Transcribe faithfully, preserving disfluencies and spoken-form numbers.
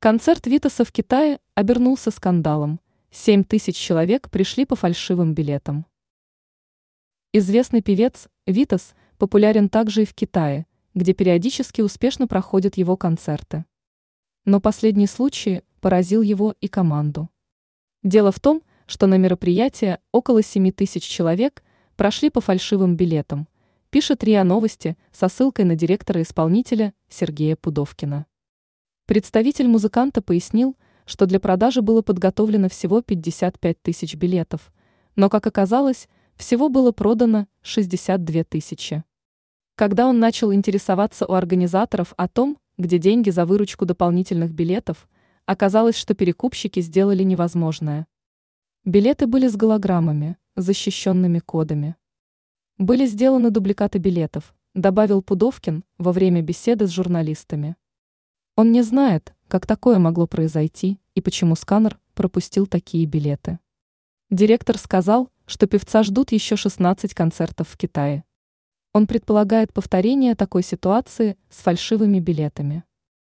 Концерт Витаса в Китае обернулся скандалом. Семь тысяч человек пришли по фальшивым билетам. Известный певец Витас популярен также и в Китае, где периодически успешно проходят его концерты. Но последний случай поразил его и команду. Дело в том, что на мероприятие около семи тысяч человек прошли по фальшивым билетам, пишет РИА Новости со ссылкой на директора-исполнителя Сергея Пудовкина. Представитель музыканта пояснил, что для продажи было подготовлено всего пятьдесят пять тысяч билетов, но, как оказалось, всего было продано шестьдесят две тысячи. Когда он начал интересоваться у организаторов о том, где деньги за выручку дополнительных билетов, оказалось, что перекупщики сделали невозможное. Билеты были с голограммами, защищенными кодами. Были сделаны дубликаты билетов, добавил Пудовкин во время беседы с журналистами. Он не знает, как такое могло произойти и почему сканер пропустил такие билеты. Директор сказал, что певца ждут еще шестнадцать концертов в Китае. Он предполагает повторение такой ситуации с фальшивыми билетами.